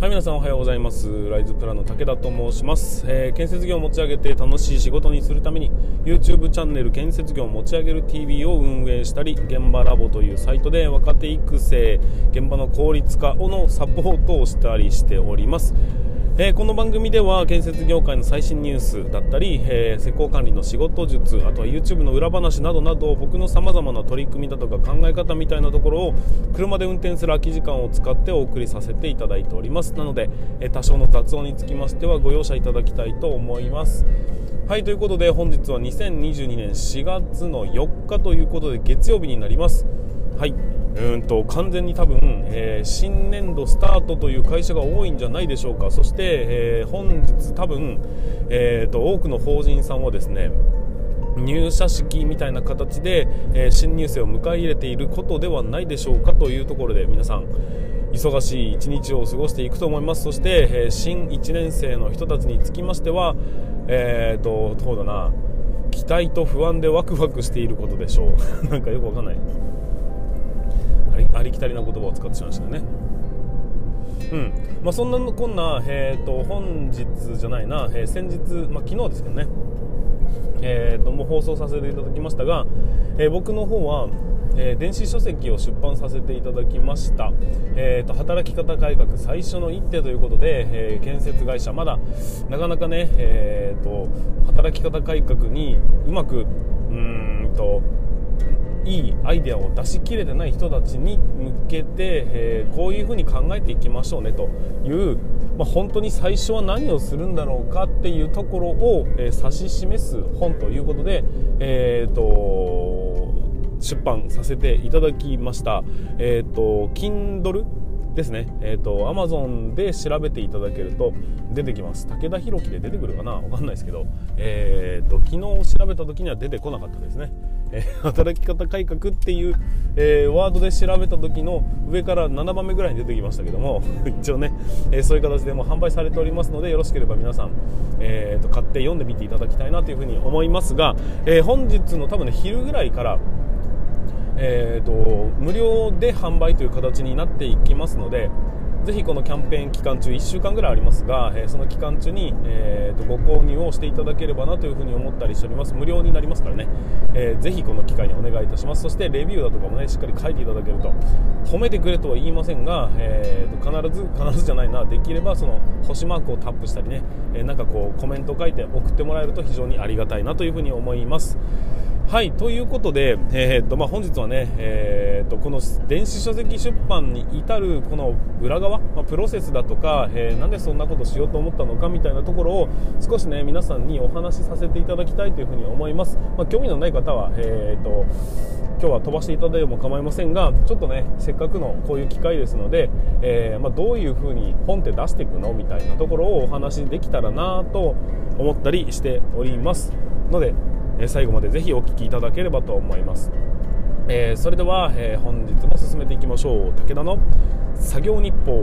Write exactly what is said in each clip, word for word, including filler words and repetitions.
はい、皆さんおはようございます。ライズプランの武田と申します、えー、建設業を持ち上げて楽しい仕事にするために YouTube チャンネル建設業を持ち上げる ティーブイ を運営したり、現場ラボというサイトで若手育成、現場の効率化のサポートをしたりしております。えー、この番組では建設業界の最新ニュースだったり、えー、施工管理の仕事術、あとは YouTube の裏話などなど、僕の様々な取り組みだとか考え方みたいなところを車で運転する空き時間を使ってお送りさせていただいております。なので、えー、多少の雑音につきましてはご容赦いただきたいと思います。はい、ということで本日はにせんにじゅうにねんしがつのよっかということで月曜日になります。はい、うんと完全に多分、えー、新年度スタートという会社が多いんじゃないでしょうか。そして、えー、本日多分、えー、と多くの法人さんはですね、入社式みたいな形で、えー、新入生を迎え入れていることではないでしょうかというところで、皆さん忙しい一日を過ごしていくと思います。そして、えー、新いちねん生の人たちにつきましては、えー、とどうだな、期待と不安でワクワクしていることでしょうなんかよくわかんない、あり, ありきたりな言葉を使ってしまいましたね。うんまあ、そんなこんな、えー、と本日じゃないな、えー、先日、まあ、昨日ですけどね、えー、ともう放送させていただきましたが、えー、僕の方は、えー、電子書籍を出版させていただきました。えー、と働き方改革最初の一手ということで、えー、建設会社まだなかなかね、えー、と働き方改革にうまくうーんといいアイデアを出し切れてない人たちに向けて、えー、こういうふうに考えていきましょうねという、まあ、本当に最初は何をするんだろうかっていうところを、えー、指し示す本ということで、えー、と出版させていただきました。えー、と Kindle ですね。えー、と Amazon で調べていただけると出てきます。武田弘樹で出てくるかな、わかんないですけど、えー、と昨日調べた時には出てこなかったですね。えー、働き方改革っていう、えー、ワードで調べた時の上からななばんめぐらいに出てきましたけども一応ね、えー、そういう形でもう販売されておりますので、よろしければ皆さん、えー、と買って読んでみていただきたいなというふうに思いますが、えー、本日の多分ね昼ぐらいからえー、と無料で販売という形になっていきますので、ぜひこのキャンペーン期間中いっしゅうかんぐらいありますが、えー、その期間中に、えー、とご購入をしていただければなというふうに思ったりしております。無料になりますからね、えー、ぜひこの機会にお願いいたします。そしてレビューだとかもねしっかり書いていただけると、褒めてくれとは言いませんが、えー、と必ず必ずじゃないな、できればその星マークをタップしたりね、えー、なんかこうコメント書いて送ってもらえると非常にありがたいなというふうに思います。はい、ということで、えーとまあ、本日はね、えー、とこの電子書籍出版に至るこの裏側、まあ、プロセスだとか、えー、なんでそんなことしようと思ったのかみたいなところを少しね皆さんにお話しさせていただきたいというふうに思います。まあ、興味のない方は、えー、と今日は飛ばしていただいても構いませんが、ちょっとねせっかくのこういう機会ですので、えーまあ、どういうふうに本って出していくのみたいなところをお話できたらなと思ったりしておりますので、最後までぜひお聞きいただければと思います。えー、それでは、えー、本日も進めていきましょう。武田の作業日報。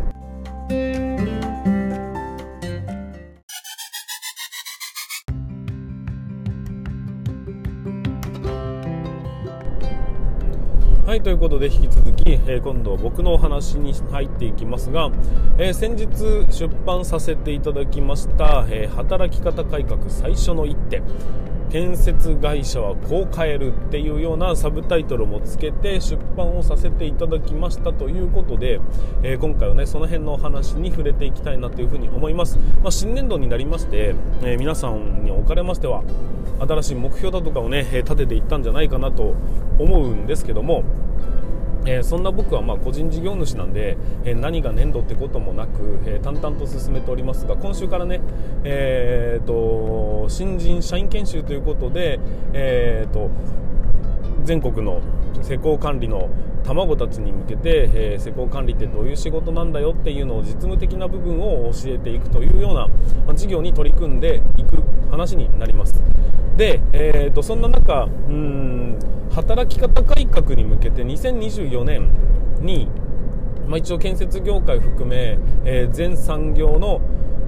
はい、ということで引き続き、えー、今度は僕のお話に入っていきますが、えー、先日出版させていただきました、えー、働き方改革最初の一手、建設会社はこう変えるっていうようなサブタイトルもつけて出版をさせていただきましたということで、えー、今回はねその辺のお話に触れていきたいなというふうに思います。まあ、新年度になりまして、えー、皆さんにおかれましては新しい目標だとかをね立てていったんじゃないかなと思うんですけども、えー、そんな僕はまあ個人事業主なんで、えー、何が年度ってこともなく、えー、淡々と進めておりますが、今週からね、えー、と新人社員研修ということで、えー、と全国の施工管理の卵たちに向けて、えー、施工管理ってどういう仕事なんだよっていうのを実務的な部分を教えていくというような、まあ、事業に取り組んでいく話になります。で、えー、とそんな中、うーん働き方改革に向けてにせんにじゅうよねんに、まあ、一応建設業界含め、えー、全産業の、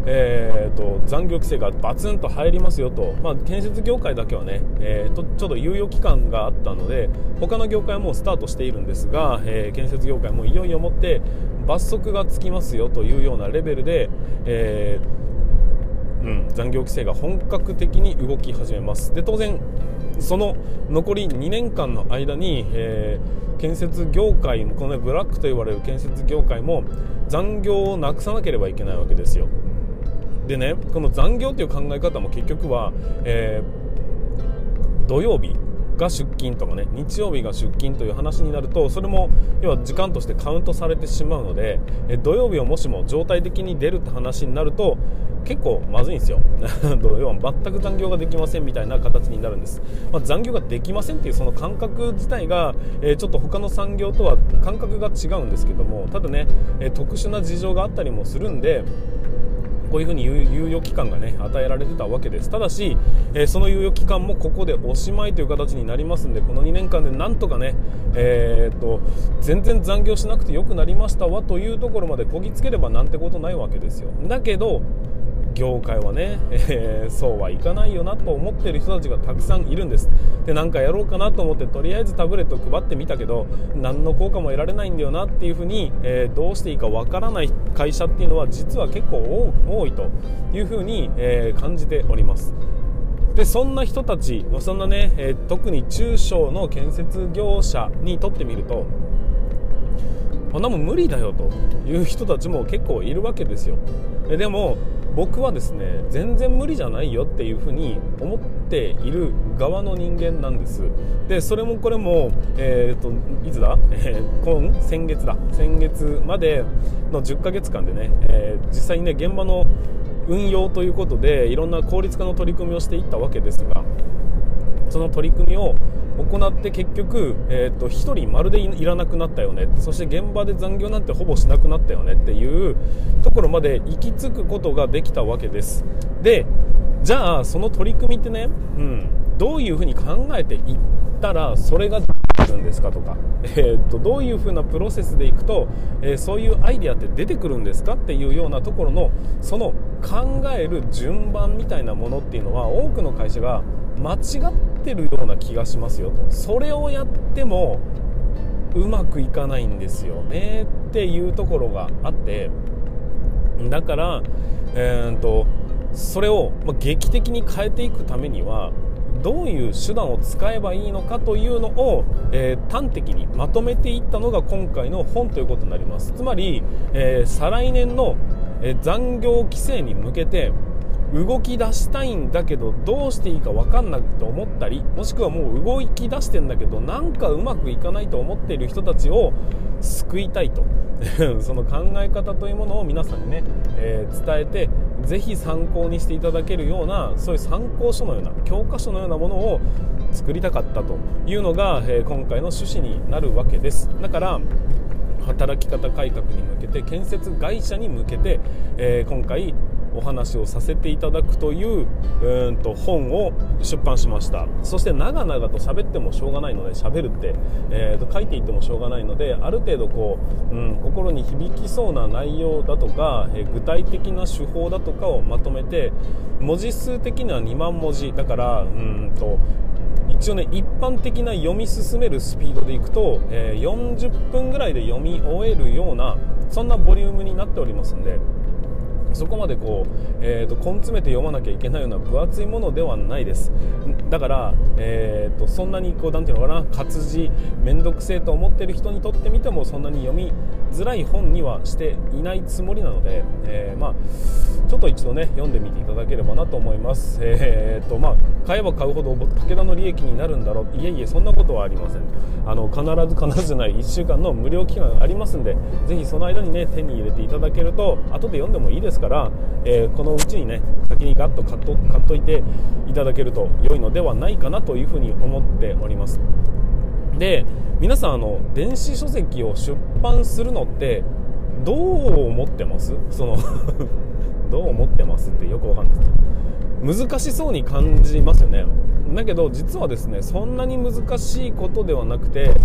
えー、と残業規制がバツンと入りますよと、まあ、建設業界だけはね、えー、とちょっと猶予期間があったので他の業界はもうスタートしているんですが、えー、建設業界もいよいよもって罰則がつきますよというようなレベルで、えーうん、残業規制が本格的に動き始めます。で当然その残りにねんかんの間に、えー、建設業界もこの、ね、ブラックと言われる建設業界も残業をなくさなければいけないわけですよ。でね、この残業という考え方も結局は、えー、土曜日が出勤とかね日曜日が出勤という話になるとそれも要は時間としてカウントされてしまうので、え土曜日をもしも常態的に出るって話になると結構まずいんですよ要は全く残業ができませんみたいな形になるんです、まあ、残業ができませんっていうその感覚自体が、えー、ちょっと他の産業とは感覚が違うんですけどもただね、えー、特殊な事情があったりもするんでこういうふうに猶予期間がね与えられてたわけです。ただし、えー、その猶予期間もここでおしまいという形になりますんでこのにねんかんでなんとかね、えー、っと全然残業しなくてよくなりましたわというところまでこぎつければなんてことないわけですよ。だけど業界はね、えー、そうはいかないよなと思っている人たちがたくさんいるんです。でなんかやろうかなと思ってとりあえずタブレット配ってみたけど何の効果も得られないんだよなっていうふうに、えー、どうしていいかわからない会社っていうのは実は結構多いというふうに、えー、感じております。でそんな人たちそんなね、えー、特に中小の建設業者にとってみるとこんなもん無理だよという人たちも結構いるわけですよ。でも僕はですね全然無理じゃないよっていうふうに思っている側の人間なんです。でそれもこれも、えー、といつだ、えー、今先月だ先月までのじゅっかげつかんでね、えー、実際にね現場の運用ということでいろんな効率化の取り組みをしていったわけですがその取り組みを行って結局、えー、とひとりまるでいらなくなったよねそして現場で残業なんてほぼしなくなったよねっていうところまで行き着くことができたわけです。でじゃあその取り組みってね、うん、どういうふうに考えていったらそれができるんですかとか、えー、とどういうふうなプロセスでいくと、えー、そういうアイデアって出てくるんですかっていうようなところのその考える順番みたいなものっていうのは多くの会社が間違ってるような気がしますよと。それをやってもうまくいかないんですよねっていうところがあってだから、えー、とそれを劇的に変えていくためにはどういう手段を使えばいいのかというのを、えー、端的にまとめていったのが今回の本ということになります。つまり、えー、再来年の、えー、残業規制に向けて動き出したいんだけどどうしていいか分かんないと思ったりもしくはもう動き出してんだけどなんかうまくいかないと思っている人たちを救いたいとその考え方というものを皆さんにね、えー、伝えてぜひ参考にしていただけるようなそういう参考書のような教科書のようなものを作りたかったというのが、えー、今回の趣旨になるわけです。だから働き方改革に向けて建設会社に向けて、えー、今回お話をさせていただくという、うーんと本を出版しました。そして長々と喋ってもしょうがないので喋るって、えー、と書いていってもしょうがないのである程度こう、うん、心に響きそうな内容だとか、えー、具体的な手法だとかをまとめて文字数的にはにまんもじだからうーんと一応ね一般的な読み進めるスピードでいくと、えー、よんじゅっぷんぐらいで読み終えるようなそんなボリュームになっておりますのでそこまでこう、えー、と根詰めて読まなきゃいけないような分厚いものではないです。だから、えー、とそんなにこうなんていうのかな活字めんどくせえと思っている人にとってみてもそんなに読みづらい本にはしていないつもりなので、えー、まあちょっと一度ね読んでみていただければなと思います。えーとまあ、買えば買うほど武田の利益になるんだろういえいえそんなことはありません。あの必ず必ずじゃないいっしゅうかんの無料期間がありますんでぜひその間にね手に入れていただけると後で読んでもいいですから、えー、このうちにね先にガッと買っと、買っといていただけると良いのではないかなというふうに思っております。で皆さんあの電子書籍を出版するのってどう思ってます？そのどう思ってますってよくわかんないです難しそうに感じますよね。だけど実はですねそんなに難しいことではなくて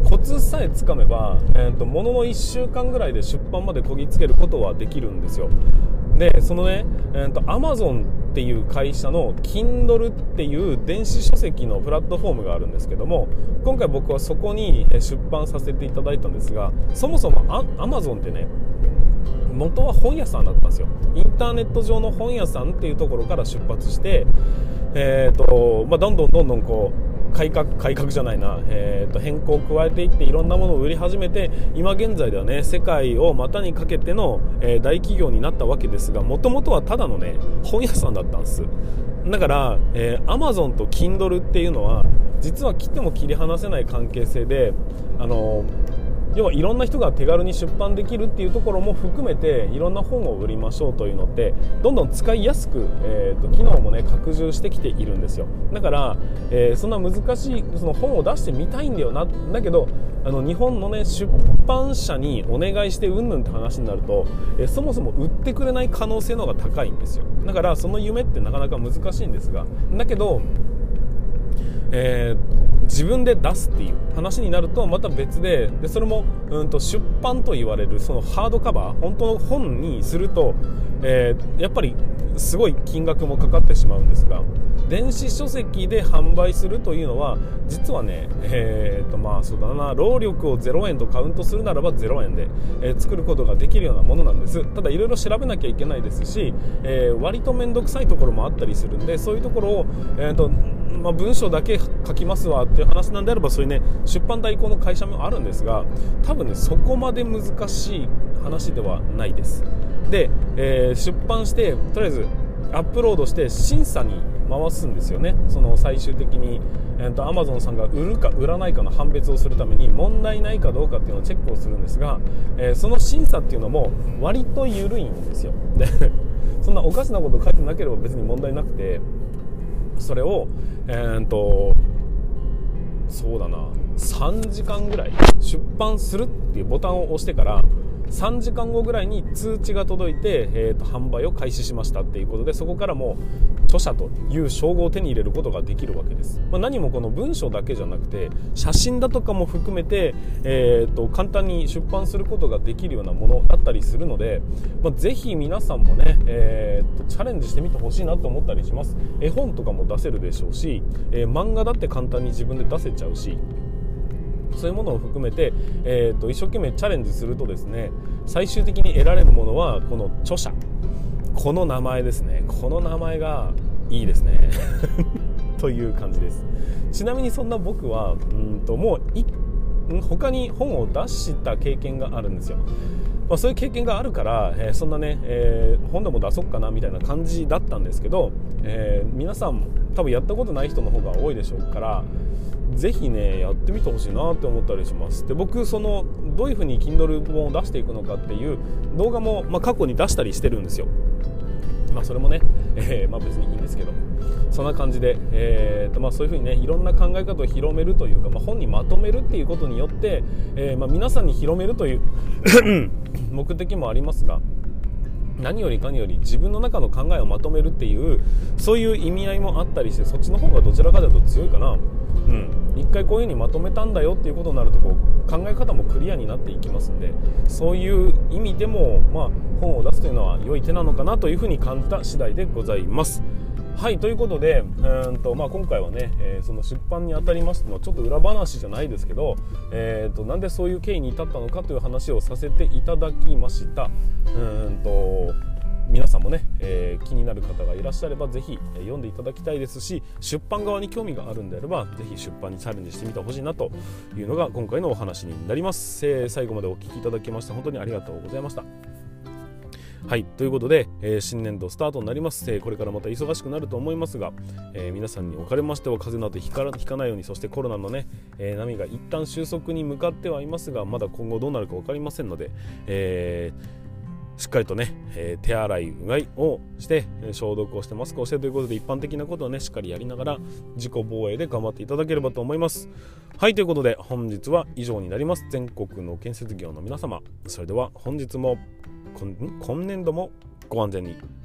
コツさえつかめば、えーと、もののいっしゅうかんぐらいで出版までこぎつけることはできるんですよ。でそのね、えーと、Amazon っていう会社の Kindle っていう電子書籍のプラットフォームがあるんですけども、今回僕はそこに出版させていただいたんですが、そもそも Amazon ってね、元は本屋さんだったんですよ。インターネット上の本屋さんっていうところから出発して、えーとまあ、どんどんどんどんこう改革改革じゃないな、えーと変更を加えていっていろんなものを売り始めて、今現在ではね世界を股にかけての、えー、大企業になったわけですが、もともとはただのね本屋さんだったんです。だから、えー、Amazon と Kindle っていうのは実は切っても切り離せない関係性で、あのー要はいろんな人が手軽に出版できるっていうところも含めて、いろんな本を売りましょうというのってどんどん使いやすく、えー、と機能もね拡充してきているんですよ。だから、えー、そんな難しいその本を出してみたいんだよな、だけどあの日本のね出版社にお願いしてうんぬんって話になると、えー、そもそも売ってくれない可能性の方が高いんですよ。だからその夢ってなかなか難しいんですが、だけどえー、自分で出すっていう話になるとまた別で、でそれも、うん、と出版と言われるそのハードカバー、本当の本にすると、えー、やっぱりすごい金額もかかってしまうんですが、電子書籍で販売するというのは実はね、えーとまあそうだな、労力をゼロえんとカウントするならばゼロえんで、えー、作ることができるようなものなんです。ただいろいろ調べなきゃいけないですし、えー、割と面倒くさいところもあったりするんで、そういうところを、えーとまあ、文章だけ書きますわっていう話なんであれば、そういうね出版代行の会社もあるんですが、多分ねそこまで難しい話ではないです。で、えー、出版してとりあえずアップロードして審査に回すんですよね。その最終的に、えーと、Amazon さんが売るか売らないかの判別をするために問題ないかどうかっていうのをチェックをするんですが、えー、その審査っていうのも割と緩いんですよ。でそんなおかしなこと書いてなければ別に問題なくて、それをえーとそうだなさんじかんぐらい出版するっていうボタンを押してからさんじかんごぐらいに通知が届いて、えーと販売を開始しましたっていうことで、そこからもう著者という称号を手に入れることができるわけです。まあ、何もこの文章だけじゃなくて写真だとかも含めて、えーと簡単に出版することができるようなものだったりするので、まあ、ぜひ皆さんもね、えーとチャレンジしてみてほしいなと思ったりします。絵本とかも出せるでしょうし、えー、漫画だって簡単に自分で出せちゃうし、そういうものを含めて、えー、と一生懸命チャレンジするとですね、最終的に得られるものはこの著者、この名前ですね。この名前がいいですねという感じです。ちなみにそんな僕はうんともうい他に本を出した経験があるんですよ。まあ、そういう経験があるから、えー、そんなね、えー、本でも出そうかなみたいな感じだったんですけど、えー、皆さん多分やったことない人の方が多いでしょうから、ぜひねやってみてほしいなって思ったりします。で、僕そのどういう風に Kindle 本を出していくのかっていう動画も、まあ、過去に出したりしてるんですよ。まあそれもね、えー、まあ別にいいんですけど、そんな感じで、えーとまあ、そういう風にねいろんな考え方を広めるというか、まあ、本にまとめるっていうことによって、えーまあ、皆さんに広めるという目的もありますが、何よりかにより自分の中の考えをまとめるっていうそういう意味合いもあったりして、そっちの方がどちらかというと強いかな。うん、一回こういう風にまとめたんだよっていうことになると、こう考え方もクリアになっていきますんで、そういう意味でも、まあ、本を出すというのは良い手なのかなというふうに感じた次第でございます。はい、ということで、うーんとまあ、今回はね、えー、その出版にあたりましてのちょっと裏話じゃないですけど、えー、となんでそういう経緯に至ったのかという話をさせていただきました。うーんと皆さんもね、えー、気になる方がいらっしゃればぜひ、えー、読んでいただきたいですし、出版側に興味があるんであればぜひ出版にチャレンジしてみてほしいなというのが今回のお話になります。えー、最後までお聞きいただきまして本当にありがとうございました。はい、ということで、えー、新年度スタートになります。えー、これからまた忙しくなると思いますが、えー、皆さんにおかれましては風邪などひか、ひかないように、そしてコロナのね、えー、波が一旦収束に向かってはいますが、まだ今後どうなるか分かりませんので、えーしっかりとね、えー、手洗いうがいをして消毒をしてマスクをしてということで、一般的なことをねしっかりやりながら自己防衛で頑張っていただければと思います。はい、ということで本日は以上になります。全国の建設業の皆様、それでは本日も今年度もご安全に。